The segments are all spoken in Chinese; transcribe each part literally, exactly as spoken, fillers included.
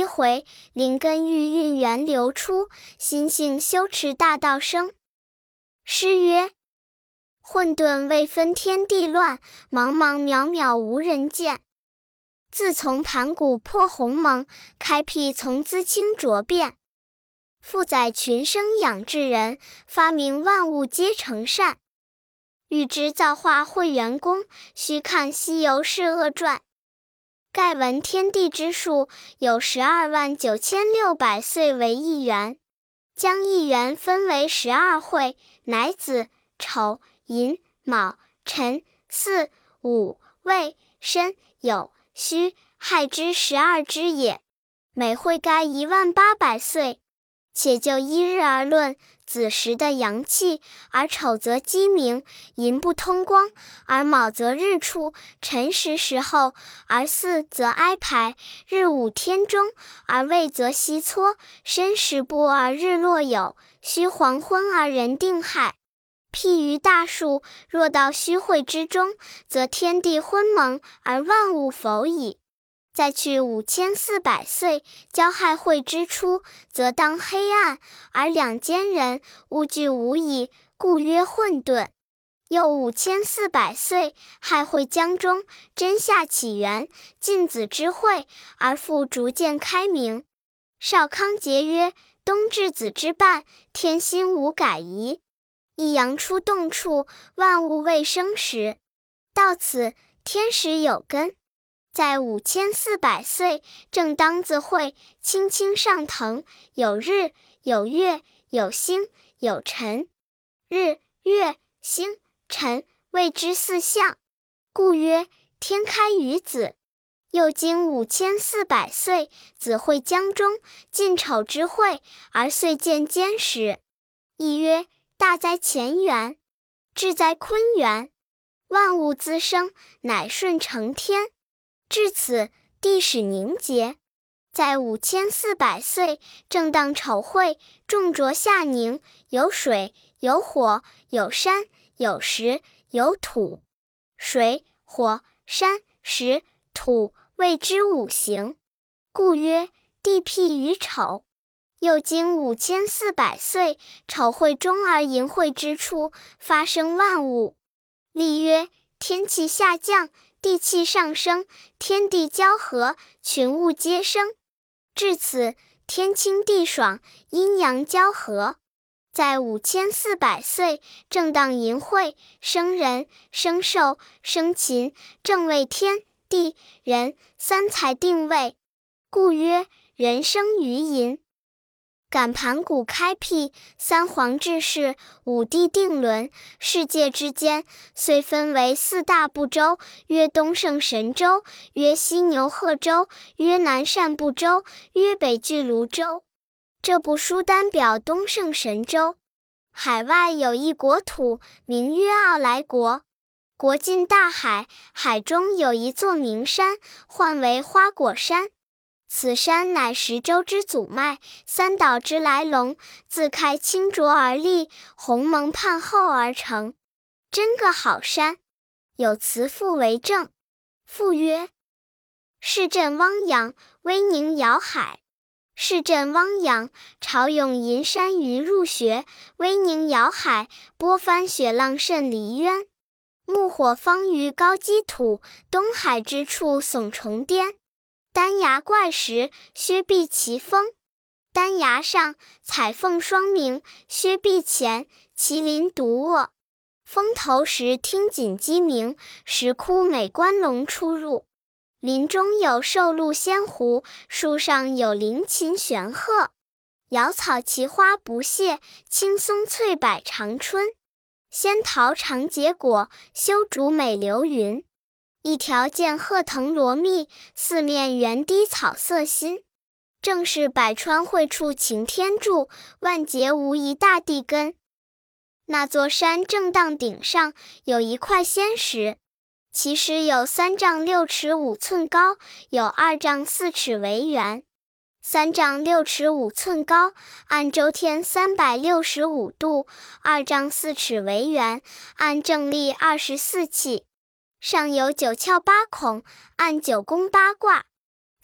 回，灵根玉运源流出，心性修持大道生。诗曰：混沌未分天地乱，茫茫渺渺无人见。自从盘古破鸿蒙，开辟从资清浊变。复载群生养智人，发明万物皆成善。欲知造化会元功，须看西游释厄传。盖闻天地之数，有十二万九千六百岁为一元。将一元分为十二会，乃子、丑、寅、卯、辰、巳、午、未、申、酉、戌、亥之十二支也。每会该一万八百岁。且就一日而论，子时的阳气，而丑则鸡鸣，寅不通光，而卯则日出，辰时时后，而巳则哀排，日午天中，而未则西撮，申时不而日落有，戌黄昏而人定亥。譬于大树，若到虚会之中，则天地昏蒙，而万物否矣。再去五千四百岁，交亥会之初，则当黑暗，而两间人，物俱无矣，故曰混沌。又五千四百岁，亥会将终，真夏起源，晋子之会，而复逐渐开明。少康节曰：冬至子之半，天心无改移。一阳出动处，万物未生时。到此，天时有根。在五千四百岁，正当自会，青青上腾，有日，有月，有星，有辰。日、月、星、辰谓之四象，故曰天开于子。又经五千四百岁，子会将终，晋丑之会，而岁见坚时。亦曰大哉乾元，至哉坤元，万物滋生，乃顺承天。至此，地始凝结。在五千四百岁，正当丑会，众浊下凝，有水，有火，有山，有石，有土。水、火、山、石、土谓之五行，故曰地辟于丑。又经五千四百岁，丑会终而寅会之初，发生万物。例曰天气下降，地气上升，天地交合，群物皆生。至此，天清地爽，阴阳交合。在五千四百岁，正当寅会，生人，生兽，生禽，正为天地人三才定位，故曰人生于寅。感盘古开辟，三皇治世，五帝定伦，世界之间，虽分为四大部洲，曰东胜神州，曰西牛贺州，曰南赡部洲，曰北俱泸州。这部书单表东胜神州。海外有一国土，名曰傲来国。国近大海，海中有一座名山，唤为花果山。此山乃十洲之祖脉，三岛之来龙，自开清浊而立，鸿蒙盼后而成。真个好山！有词赋为证。赋曰：市镇汪洋，威宁遥海。市镇汪洋，潮涌银山鱼入穴；威宁遥海，波翻雪浪甚离渊。木火方于高基土，东海之处耸重巅。丹崖怪石，薛壁奇峰。丹崖上，彩凤双鸣；薛壁前，麒麟独卧。峰头时听锦鸡鸣，石窟每观龙出入。林中有寿鹿仙狐，树上有灵禽玄鹤。瑶草奇花不谢，青松翠柏长春。仙桃常结果，修竹美流云。一条见鹤腾罗密，四面圆滴草色新。正是百川汇处擎天柱，万节无一大地根。那座山正当顶上，有一块仙石，其实有三丈六尺五寸高，有二丈四尺为圆。三丈六尺五寸高，按周天三百六十五度；二丈四尺为圆，按正历二十四气。上有九窍八孔，按九宫八卦。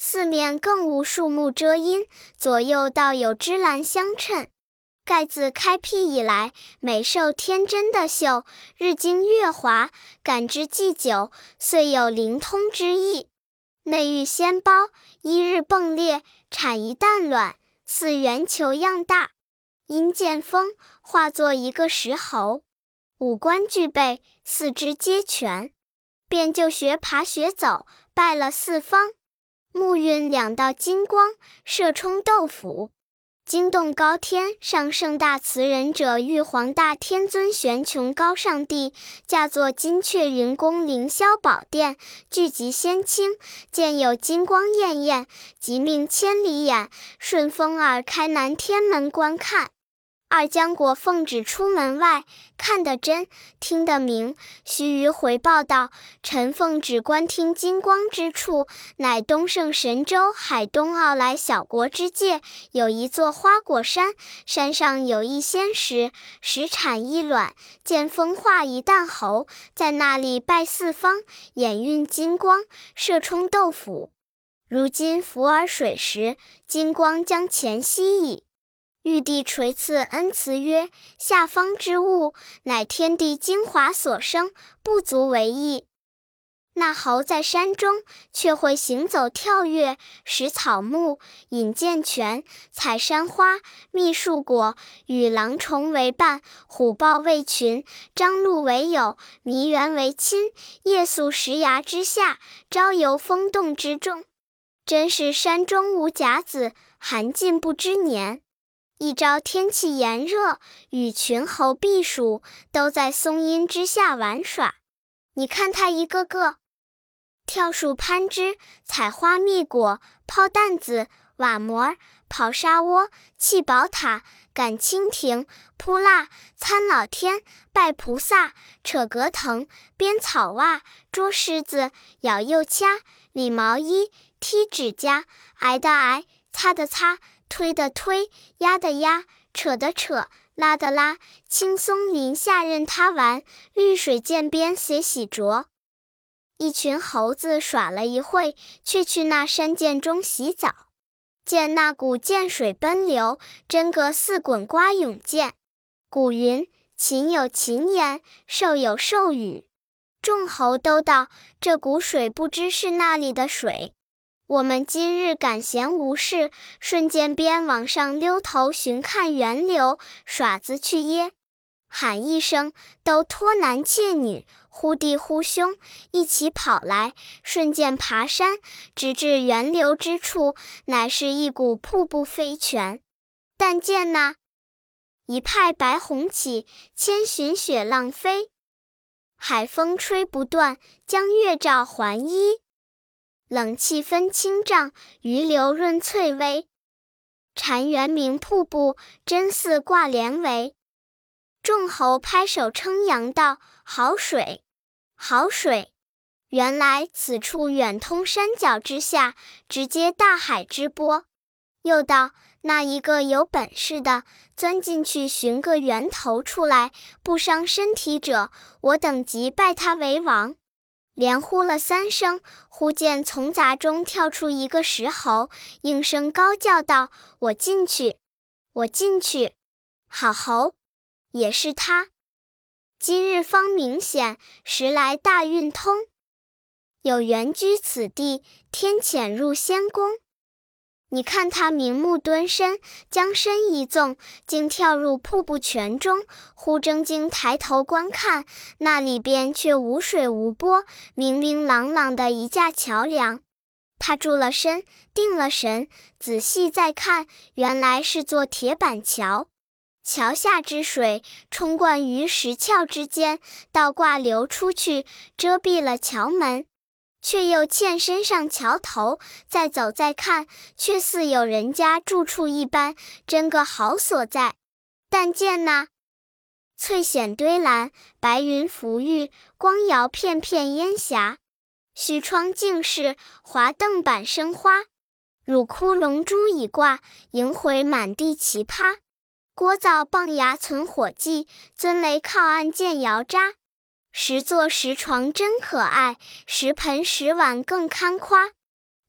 四面更无树木遮阴，左右倒有芝兰相衬。盖自开辟以来，每受天真的秀，日精月华，感之既久，遂有灵通之意。内遇纤包，一日迸裂，产一蛋卵，似圆球样大。因见风，化作一个石猴，五官具备，四肢皆全，便就学爬学走，拜了四方。目运两道金光，射冲斗府。惊动高天上圣大慈仁者玉皇大天尊玄穹高上帝，驾作金阙云宫凌霄宝殿，聚集仙卿，见有金光艳艳，即命千里眼顺风耳开南天门观看。二将果奉旨出门外，看得真，听得明。须臾回报道，臣奉旨观听金光之处，乃东胜神州海东奥来小国之界，有一座花果山，山上有一仙石，石产一卵，见风化一蛋猴，在那里拜四方，眼运金光，射冲斗府。如今浮而水时，金光将前息矣。玉帝垂赐恩慈曰：下方之物，乃天地精华所生，不足为意。那猴在山中，却会行走跳跃，食草木，饮涧泉，采山花，觅树果，与狼虫为伴，虎豹为群，张鹿为友，麋猿为亲，夜宿石崖之下，朝游风洞之中。真是山中无甲子，寒尽不知年。一朝天气炎热，与群猴避暑，都在松阴之下玩耍。你看他一个个跳树攀枝，采花蜜果，抛担子，瓦馍，跑沙窝，砌宝塔，赶蜻蜓，扑蜡，参老天，拜菩萨，扯葛藤，编草袜，捉狮子，咬右掐，理毛衣，踢指甲，挨的挨，擦的擦，推的推，压的压，扯的扯，拉的拉，青松林下任他玩，绿水涧边随洗濯。一群猴子耍了一会，却去那山涧中洗澡。见那股涧水奔流，真个似滚瓜涌溅。古云：禽有禽言，兽有兽语。众猴都道这股水不知是那里的水。我们今日赶闲无事，顺涧边往上溜头寻看源流，耍子去耶！喊一声，都托男妾女，呼弟呼兄，一起跑来，顺涧爬山，直至源流之处，乃是一股瀑布飞泉。但见那一派白虹起，千寻雪浪飞，海风吹不断，将月照还依。冷气分清丈，鱼流润翠微。潺湲鸣瀑布，真似挂帘帷。众猴拍手称扬道：好水，好水！原来此处远通山脚之下，直接大海之波。又道：那一个有本事的，钻进去寻个源头出来，不伤身体者，我等即拜他为王。连呼了三声，忽见从杂中跳出一个石猴，应声高叫道：我进去，我进去！好猴，也是他！今日方明显，时来大运通。有缘居此地，天潜入仙宫。你看他明目蹲身，将身一纵，竟跳入瀑布泉中。忽睁睛抬头观看，那里边却无水无波，明明朗朗的一架桥梁。他住了身，定了神，仔细再看，原来是座铁板桥。桥下之水冲灌于石壳之间，倒挂流出去，遮蔽了桥门。却又嵌身上桥头，再走再看，却似有人家住处一般，真个好所在。但见那翠藓堆栏，白云浮玉，光摇片片烟霞。虚窗净室，华灯板生花。乳窟龙珠已挂，迎回满地奇葩。锅灶棒牙存火迹，尊雷靠岸见摇渣。石座石床真可爱，石盆石碗更堪夸。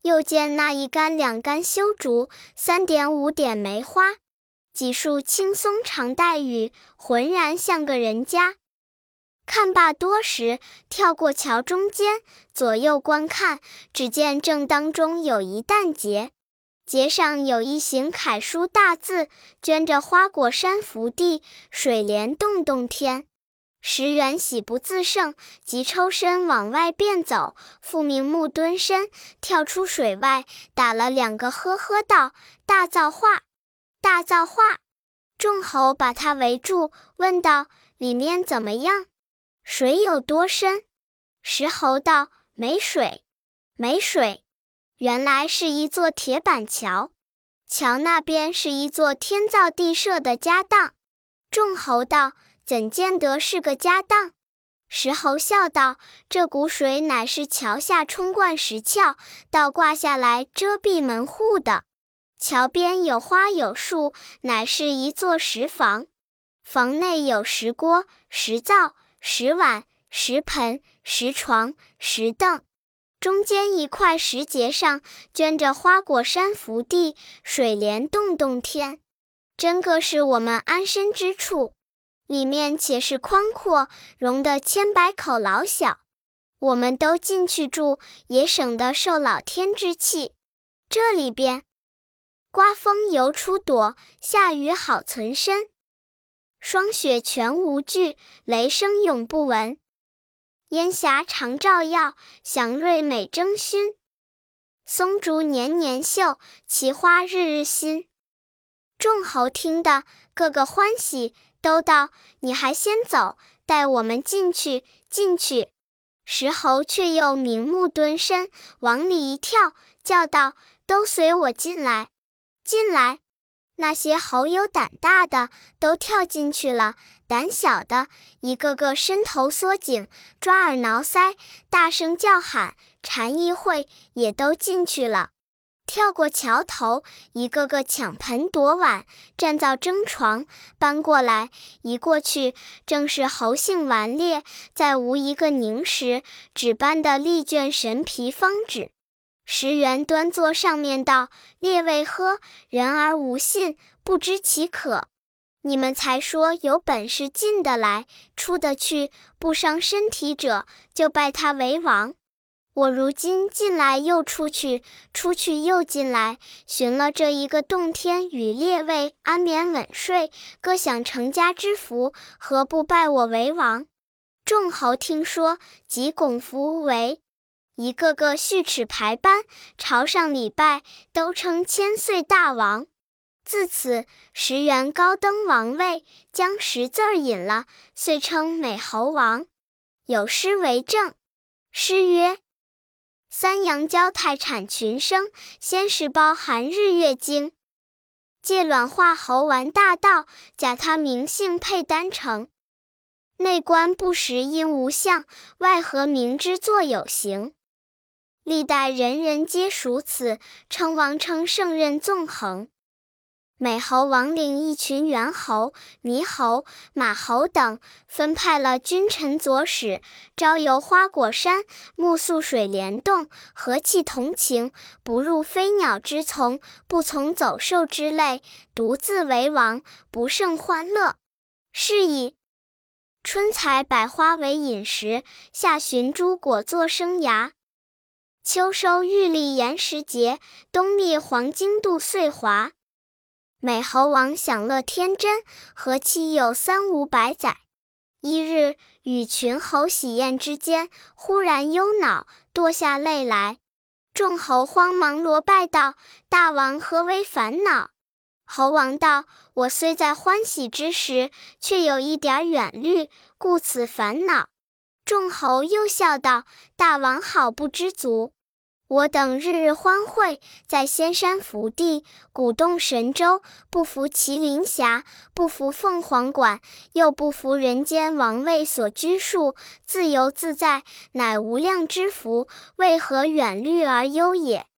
又见那一竿两竿修竹，三点五点梅花，几树青松常带雨，浑然像个人家。看罢多时，跳过桥中间，左右观看，只见正当中有一担节，节上有一行楷书大字，镌着花果山福地，水帘洞洞天。石原喜不自胜，即抽身往外便走，复命木蹲身，跳出水外，打了两个呵呵道：大造化，大造化！众猴把他围住，问道：里面怎么样？水有多深？石猴道：没水，没水。原来是一座铁板桥，桥那边是一座天造地设的家当。众猴道：怎见得是个家当？石猴笑道：这股水乃是桥下冲灌石窍，倒挂下来遮蔽门户的。桥边有花有树，乃是一座石房，房内有石锅、石灶、石碗、石盆、石床、石凳，中间一块石节上镌着花果山福地，水帘洞洞天，真个是我们安身之处。里面且是宽阔，容得千百口老小，我们都进去住，也省得受老天之气。这里边刮风犹出躲，下雨好存身。霜雪全无惧，雷声永不闻。烟霞常照耀，祥瑞每争熏。松竹年年秀，奇花日日新。众猴听得个个欢喜，都道：你还先走，带我们进去，进去。石猴却又明目蹲身，往里一跳，叫道：都随我进来，进来。那些猴有胆大的都跳进去了，胆小的一个个伸头缩颈，抓耳挠腮，大声叫喊，缠一会也都进去了。跳过桥头，一个个抢盆夺碗，占造争床，搬过来，一过去，正是猴性顽劣，再无一个凝实，只搬的力卷神皮方纸。石原端坐上面道：列位呵，人而无信，不知其可。你们才说有本事进得来，出得去，不伤身体者，就拜他为王。我如今进来又出去，出去又进来，寻了这一个洞天，与列位安眠稳睡，各享成家之福，何不拜我为王？众猴听说，即拱伏为，一个个续齿排班，朝上礼拜，都称千岁大王。自此，石原高登王位，将十字儿引了，遂称美猴王。有诗为证。诗曰：三阳交泰产群生，先是包含日月经。借卵化猴玩大道，假他名姓配丹成。内观不识因无相，外合明知作有形。历代人人皆属此，称王称圣任纵横。美猴王领一群猿猴、猕猴、马猴等，分派了君臣佐使，朝游花果山，暮宿水帘洞，和气同情，不入飞鸟之丛，不从走兽之类，独自为王，不胜欢乐。是以春采百花为饮食，夏寻诸果作生涯，秋收玉粒延时节，冬觅黄金度岁华。美猴王享乐天真，和期有三五百载。一日，与群猴喜宴之间，忽然忧恼，堕下泪来。众猴慌忙罗拜道：大王何为烦恼？猴王道：我虽在欢喜之时，却有一点远虑，故此烦恼。众猴又笑道：大王好不知足。我等日日欢会，在仙山福地，鼓动神州，不服麒麟峡，不服凤凰馆，又不服人间王位所拘束，自由自在，乃无量之福，为何远虑而忧也？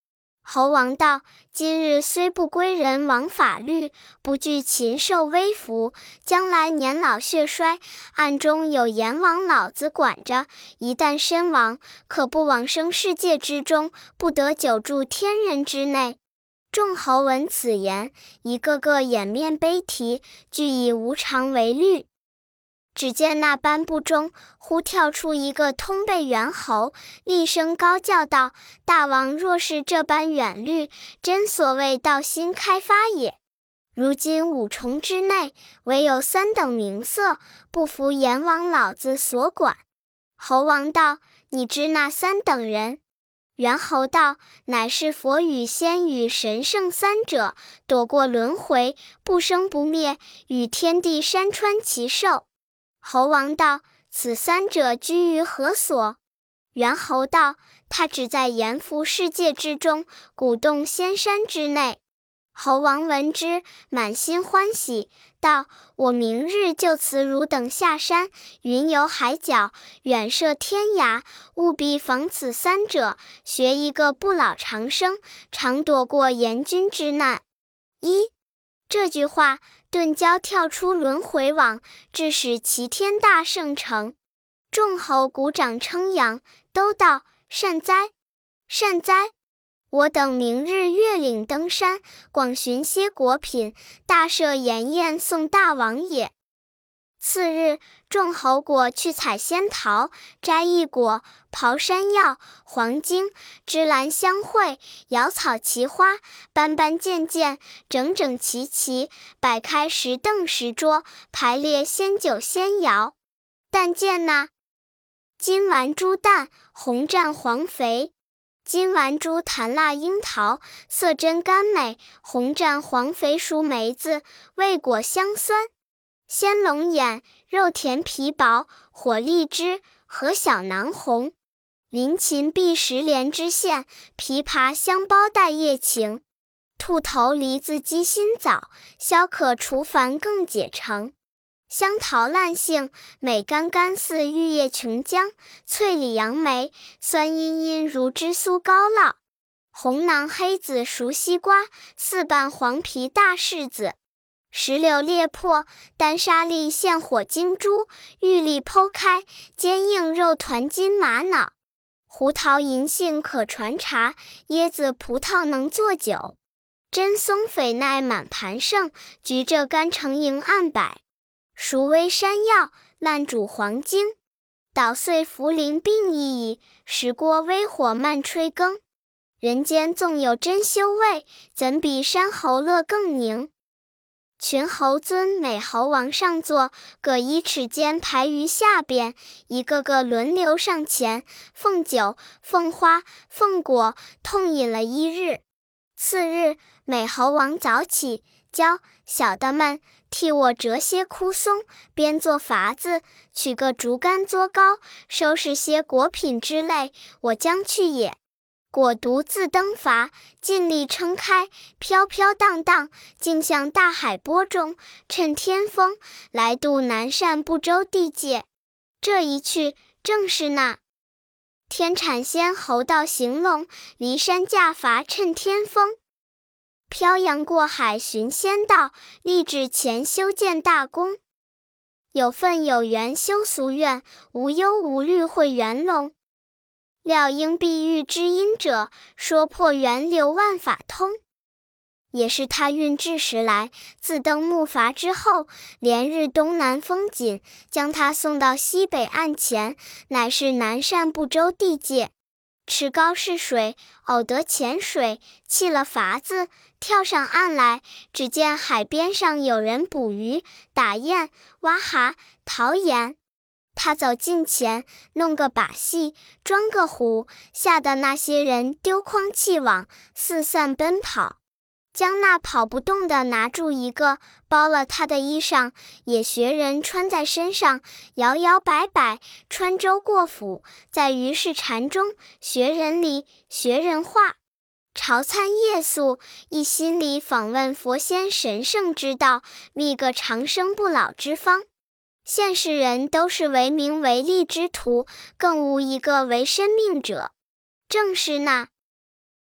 猴王道：今日虽不归人王法律，不惧禽兽威服，将来年老血衰，暗中有阎王老子管着，一旦身亡，可不往生世界之中，不得久住天人之内。众猴闻此言，一个个掩面悲啼，俱以无常为虑。只见那颁布中忽跳出一个通背猿猴，厉声高叫道：大王若是这般远虑，真所谓道心开发也。如今五重之内，唯有三等名色，不服阎王老子所管。猴王道：你知那三等人？猿猴道：乃是佛与仙与神圣三者，躲过轮回，不生不灭，与天地山川齐寿。猴王道：此三者居于何所？猿猴道：他只在阎浮世界之中，古洞仙山之内。猴王闻之，满心欢喜，道：我明日就辞汝等下山，云游海角，远涉天涯，务必防此三者，学一个不老长生，常躲过阎君之难。一这句话顿教跳出轮回网，致使齐天大圣成。众猴鼓掌称扬，都道：善哉，善哉！我等明日越岭登山，广寻些果品，大设筵宴送大王也。次日，众猴果去采仙桃，摘异果，刨山药、黄精、芝兰香会，瑶草奇花，斑斑件件，整整齐齐，摆开石凳石桌，排列仙酒仙肴。但见那金丸猪蛋，红蘸黄肥；金丸猪弹辣樱桃，色真甘美；红蘸黄肥熟梅子，味果香酸。鲜龙眼，肉甜皮薄，火荔枝，核小囊红；林芹碧石莲枝馅，枇杷香包带叶情；兔头梨子鸡心枣，消渴除烦更解成；香桃烂杏，美甘甘似玉叶琼浆；翠李杨梅，酸阴阴如芝酥膏酪；红囊黑子熟西瓜，四瓣黄皮大柿子；石榴裂破，丹沙粒现火金珠；玉粒剖开，坚硬肉团金玛瑙；胡桃银杏可传茶，椰子葡萄能做酒；真松榧奈满盘盛，橘蔗干成营案百；熟微山药，烂煮黄精；捣碎茯苓并一矣，石锅微火慢吹羹。人间纵有珍馐味，怎比山猴乐更宁？群猴尊美猴王上座，各依尺间排于下边，一个个轮流上前，奉酒、奉花、奉果，痛饮了一日。次日，美猴王早起，教小的们替我折些枯松，编作筏子，取个竹竿作篙，收拾些果品之类，我将去也。果独自登筏，尽力撑开，飘飘荡荡，径向大海波中，趁天风来渡南赡部洲地界。这一去，正是那天产仙猴道行龙，离山驾筏趁天风，漂洋过海寻仙道，立志前修建大功。有份有缘修俗愿，无忧无虑会圆龙。料应碧玉知音者，说破源流万法通。也是他运至时来，自登木筏之后，连日东南风紧，将他送到西北岸前，乃是南赡部洲地界。持篙试水，偶得潜水，弃了筏子，跳上岸来，只见海边上有人捕鱼、打雁、挖蛤、淘盐。他走近前，弄个把戏，装个虎，吓得那些人丢筐弃网，四散奔跑。将那跑不动的拿住一个，包了他的衣裳，也学人穿在身上，摇摇摆摆，穿舟过府，在鱼市禅中学人理，学人话。朝参夜宿，一心里访问佛仙神圣之道，觅个长生不老之方。现世人都是为名为利之徒，更无一个为生命者。正是那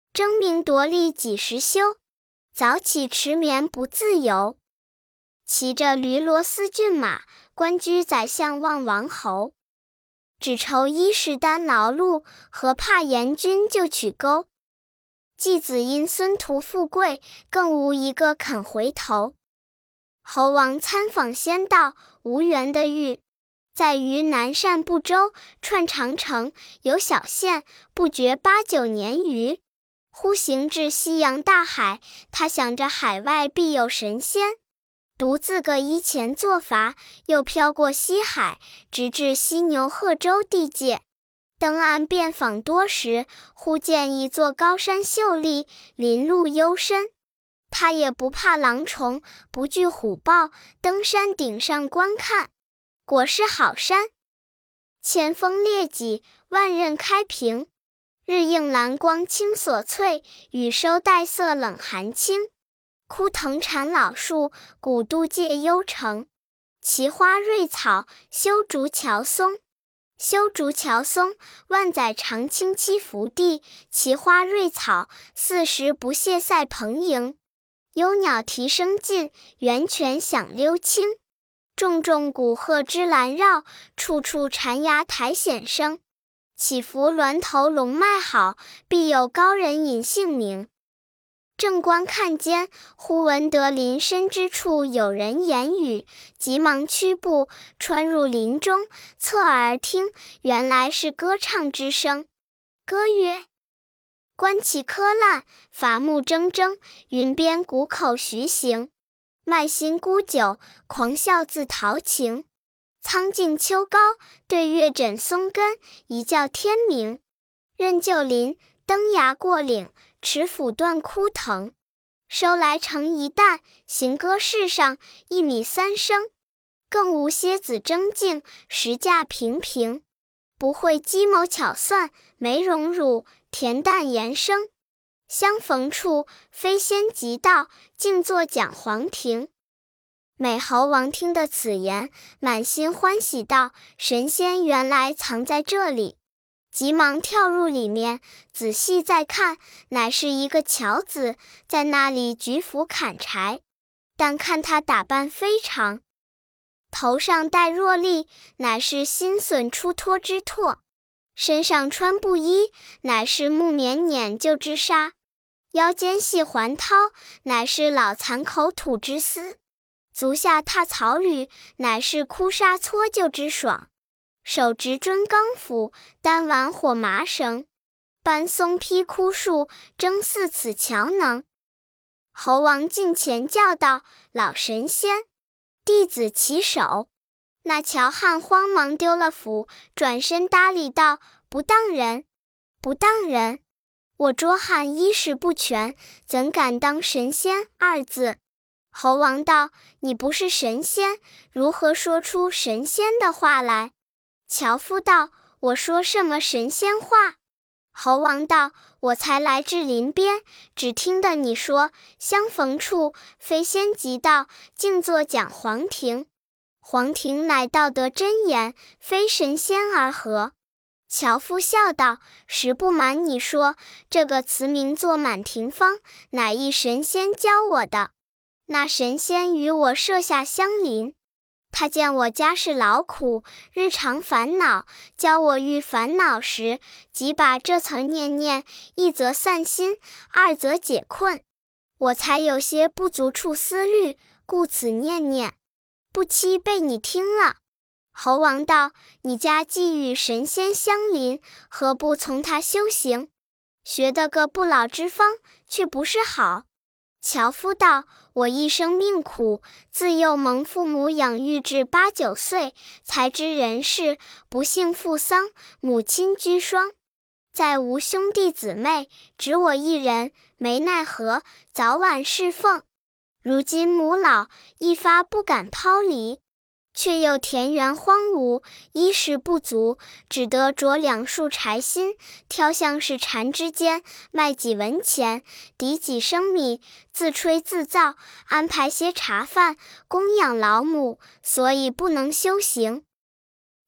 争名夺利几时休？早起迟眠不自由。骑着驴骡思骏马，官居宰相望王侯。只愁衣食单劳碌，何怕严君就取钩。继子因孙图富贵，更无一个肯回头。侯王参访仙道，无缘的遇，在于南赡部洲，串长城，有小县，不觉八九年余。忽行至西洋大海，他想着海外必有神仙，独自个依前作筏，又飘过西海，直至犀牛贺州地界。登岸遍访多时，忽见一座高山秀丽，林路幽深。他也不怕狼虫，不惧虎豹，登山顶上观看，果是好山。千峰列脊，万仞开平，日映蓝光青锁翠，雨收带色冷寒清。枯藤缠老树，古都界幽城。奇花瑞草，修竹乔松。修竹乔松，万载常青栖福地；奇花瑞草，四时不谢赛蓬营。幽鸟啼声尽，源泉响溜清。重重古壑芝兰绕，处处蝉鸦苔藓生。起伏峦头龙脉好，必有高人隐姓名。正观看间，忽闻得林深之处有人言语，急忙屈步，穿入林中，侧耳听，原来是歌唱之声。歌曰：观其柯烂，伐木铮铮，云边谷口徐行。麦新沽酒，狂笑自陶情。苍劲秋高，对月枕松根，一觉天明。任旧林，登崖过岭，持斧断枯藤。收来成一担，行歌世上，一米三升。更无蝎子争竞，实价平平。不会计谋巧算，没荣辱，恬淡言声。相逢处，飞仙即到，静坐讲黄庭。美猴王听得此言，满心欢喜道：神仙原来藏在这里。急忙跳入里面，仔细再看，乃是一个樵子，在那里举斧砍柴。但看他打扮非常，头上戴箬笠，乃是新笋出脱之拓；身上穿布衣，乃是木棉捻旧之纱；腰间系环绦，乃是老蚕口吐之丝；足下踏草履，乃是枯纱搓旧之爽。手执樽钢斧，单玩火麻绳，搬松劈枯树，争似此樵能。猴王近前叫道：老神仙，弟子起手。那樵汉慌忙丢了斧，转身搭理道：不当人，不当人。我捉汉衣食不全，怎敢当神仙二字？猴王道：你不是神仙，如何说出神仙的话来？樵夫道：我说什么神仙话？猴王道：我才来至林边，只听得你说相逢处，飞仙即到，静坐讲黄庭。黄庭乃道德真言，非神仙而何？樵夫笑道：实不瞒你说，这个词名作满庭芳，乃一神仙教我的。那神仙与我舍下相邻，他见我家事劳苦，日常烦恼，教我遇烦恼时，即把这词念念，一则散心，二则解困。我才有些不足处思虑，故此念念，不期被你听了。猴王道：你家既与神仙相邻，何不从他修行？学得个不老之方，却不是好。樵夫道：我一生命苦，自幼蒙父母养育至八九岁，才知人世，不幸父丧，母亲居孀，再无兄弟姊妹，只我一人，没奈何，早晚侍奉。如今母老，一发不敢抛离，却又田园荒芜，衣食不足，只得着两束柴薪，挑像是蝉之间，卖几文钱，抵几升米，自吹自造，安排些茶饭，供养老母，所以不能修行。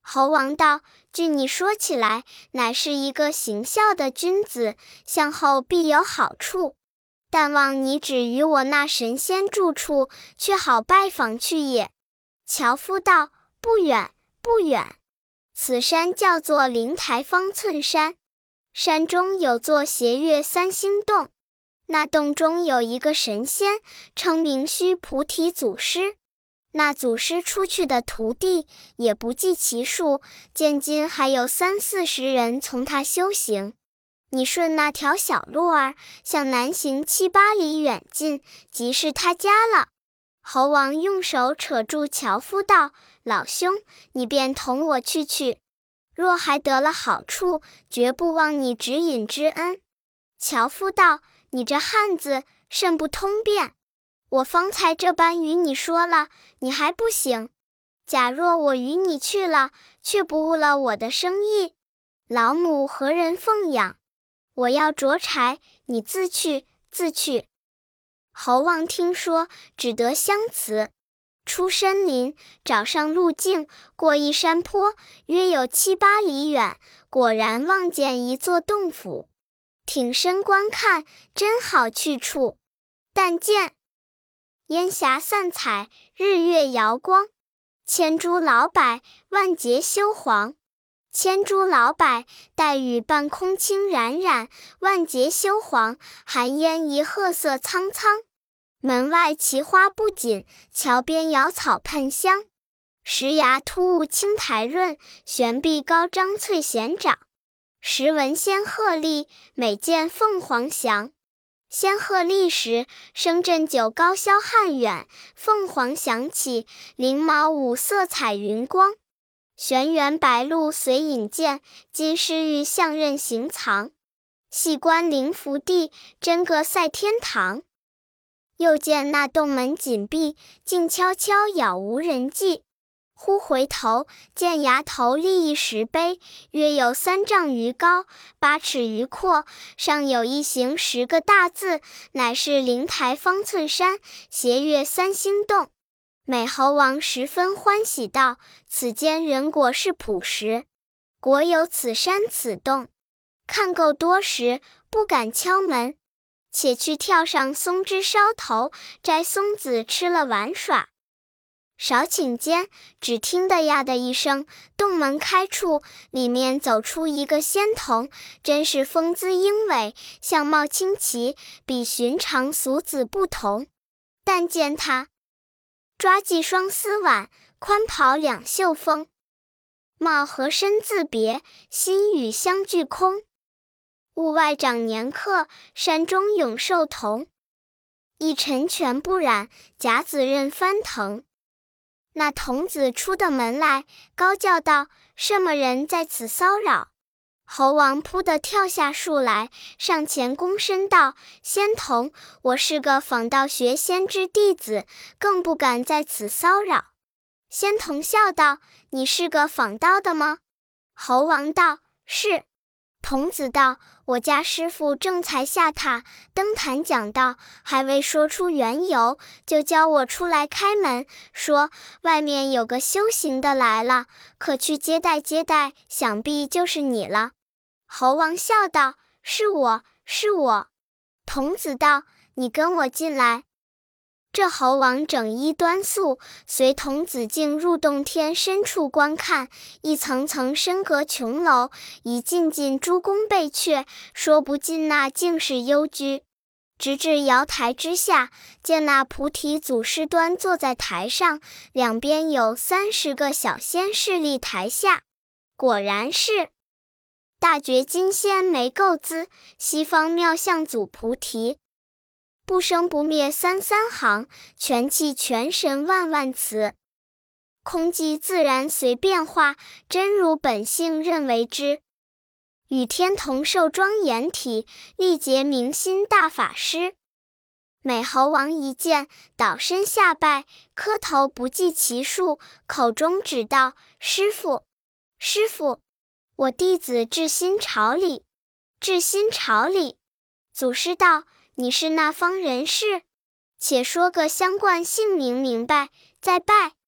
猴王道：据你说起来，乃是一个行孝的君子，向后必有好处。但望你指与我那神仙住处，却好拜访去也。樵夫道：不远，不远。此山叫做灵台方寸山，山中有座斜月三星洞，那洞中有一个神仙，称名须菩提祖师。那祖师出去的徒弟也不计其数，现今还有三四十人从他修行。你顺那条小路儿向南行七八里远近，即是他家了。猴王用手扯住樵夫道：老兄，你便同我去去，若还得了好处，绝不忘你指引之恩。樵夫道：你这汉子甚不通辩，我方才这般与你说了，你还不醒。假若我与你去了，却不误了我的生意，老母何人奉养？我要着柴，你自去，自去。猴王听说，只得相辞，出深林，找上路径，过一山坡，约有七八里远，果然望见一座洞府。挺身观看，真好去处。但见烟霞散彩，日月摇光，千株老柏，万节修黄。千株老柏，带雨半空清冉冉，万节修黄，寒烟一褐色苍苍。门外奇花不紧，桥边瑶草喷香。石崖突兀青苔润，悬壁高张翠藓长。时闻仙鹤唳，每见凤凰翔。仙鹤唳时，声震九高霄汉远；凤凰翔起，翎毛五色彩云光。玄辕白鹿随引荐，金狮玉象任行藏。细观灵福地，真个赛天堂。又见那洞门紧闭，静悄悄，杳无人迹。忽回头，见崖头立一石碑，约有三丈余高，八尺余阔，上有一行十个大字，乃是灵台方寸山，斜月三星洞。美猴王十分欢喜道：此间人果是朴实，果有此山此洞。看够多时，不敢敲门，且去跳上松枝梢头，摘松子吃了玩耍。少顷间，只听得呀的一声，洞门开处，里面走出一个仙童，真是风姿英伟，相貌清奇，比寻常俗子不同。但见他抓髻双丝挽，宽袍两袖风，貌和身自别，心与相俱空。屋外长年客，山中永寿童。一尘全不染，甲子任翻腾。那童子出的门来，高叫道：什么人在此骚扰？猴王扑地跳下树来，上前躬身道：仙童，我是个访道学仙之弟子，更不敢在此骚扰。仙童笑道：你是个访道的吗？猴王道：是。童子道：我家师父正才下榻登坛讲道，还未说出缘由，就叫我出来开门，说外面有个修行的来了，可去接待接待，想必就是你了。猴王笑道：是我，是我。童子道：你跟我进来。这猴王整衣端肃，随童子径入洞天深处观看，一层层深阁琼楼，一进进诸宫贝阙，说不尽那竟是幽居。直至瑶台之下，见那菩提祖师端坐在台上，两边有三十个小仙侍立台下。果然是大觉金仙没垢姿，西方妙相祖菩提。不生不灭三三行，全气全神万万词。空寂自然随变化，真如本性任为之。与天同寿庄严体，力竭明心大法师。美猴王一见，倒身下拜，磕头不计其数，口中只道：师父，师父，我弟子至心朝礼，至心朝礼。祖师道：你是那方人士？且说个相冠姓名明白，再拜。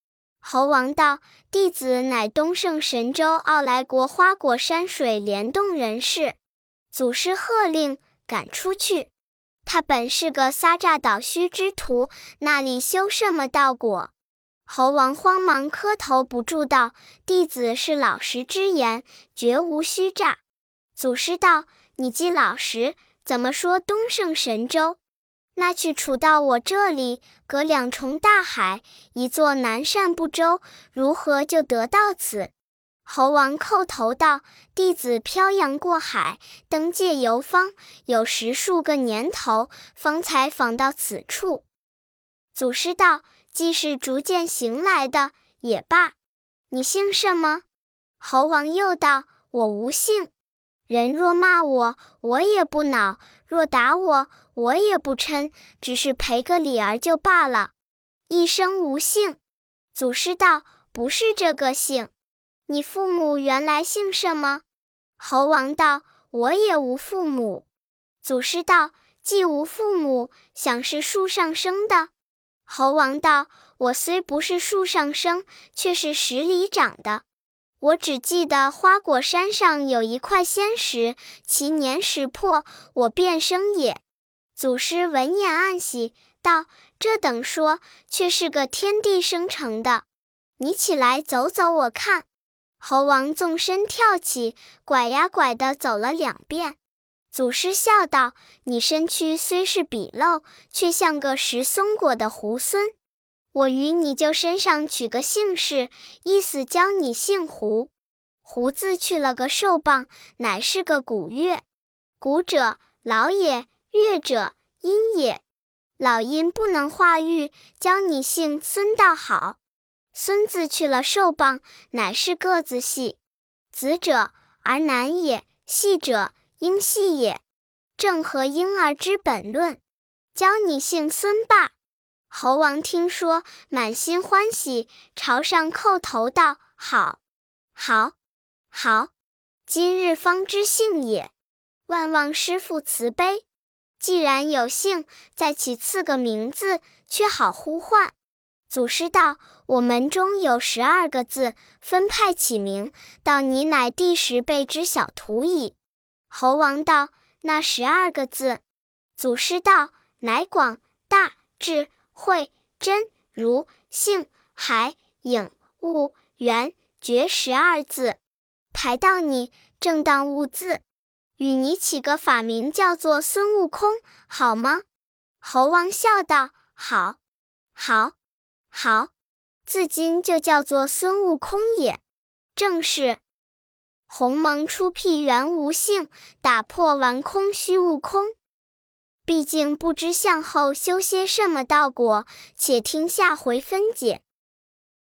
猴王道：弟子乃东胜神州傲来国花果山水帘洞人士，祖师喝令赶出去。他本是个撒诈倒虚之徒，那里修什么道果？猴王慌忙磕头不住道：弟子是老实之言，绝无虚诈。祖师道：你既老实，怎么说东胜神州？那去处到我这里，隔两重大海，一座南赡部洲，如何就得到此？猴王叩头道：弟子漂洋过海，登界游方，有十数个年头，方才访到此处。祖师道：既是逐渐行来的，也罢。你姓什么？猴王又道：我无姓。人若骂我，我也不恼；若打我，我也不嗔，只是赔个礼儿就罢了。一生无姓。祖师道：不是这个姓。你父母原来姓什么？猴王道：我也无父母。祖师道：既无父母，想是树上生的？猴王道：我虽不是树上生，却是石里长的。我只记得花果山上有一块仙石，其年石破，我便生也。祖师闻言暗喜，道：这等说，却是个天地生成的。你起来走走我看。猴王纵身跳起，拐呀拐地走了两遍。祖师笑道：你身躯虽是鄙陋，却像个食松果的猢狲。我与你就身上取个姓氏，意思教你姓胡。胡字去了个寿棒，乃是个古月。古者老也，月者阴也。老阴不能化育，教你姓孙倒好。孙字去了寿棒，乃是个子细。子者儿男也，细者婴细也。正合婴儿之本论，教你姓孙罢。猴王听说，满心欢喜，朝上叩头道：好，好，好！今日方知姓也。万望师父慈悲，既然有姓，再起赐个名字，却好呼唤。祖师道：我门中有十二个字，分派起名，道你乃第十辈之小徒矣。猴王道：那十二个字？祖师道：乃广大智慧真如性海影悟圆觉十二字。排到你，正当悟字，与你起个法名，叫做孙悟空，好吗？猴王笑道：好，好，好！自今就叫做孙悟空也。正是鸿蒙初辟原无性，打破顽空虚悟空。毕竟不知向后修些什么道果，且听下回分解。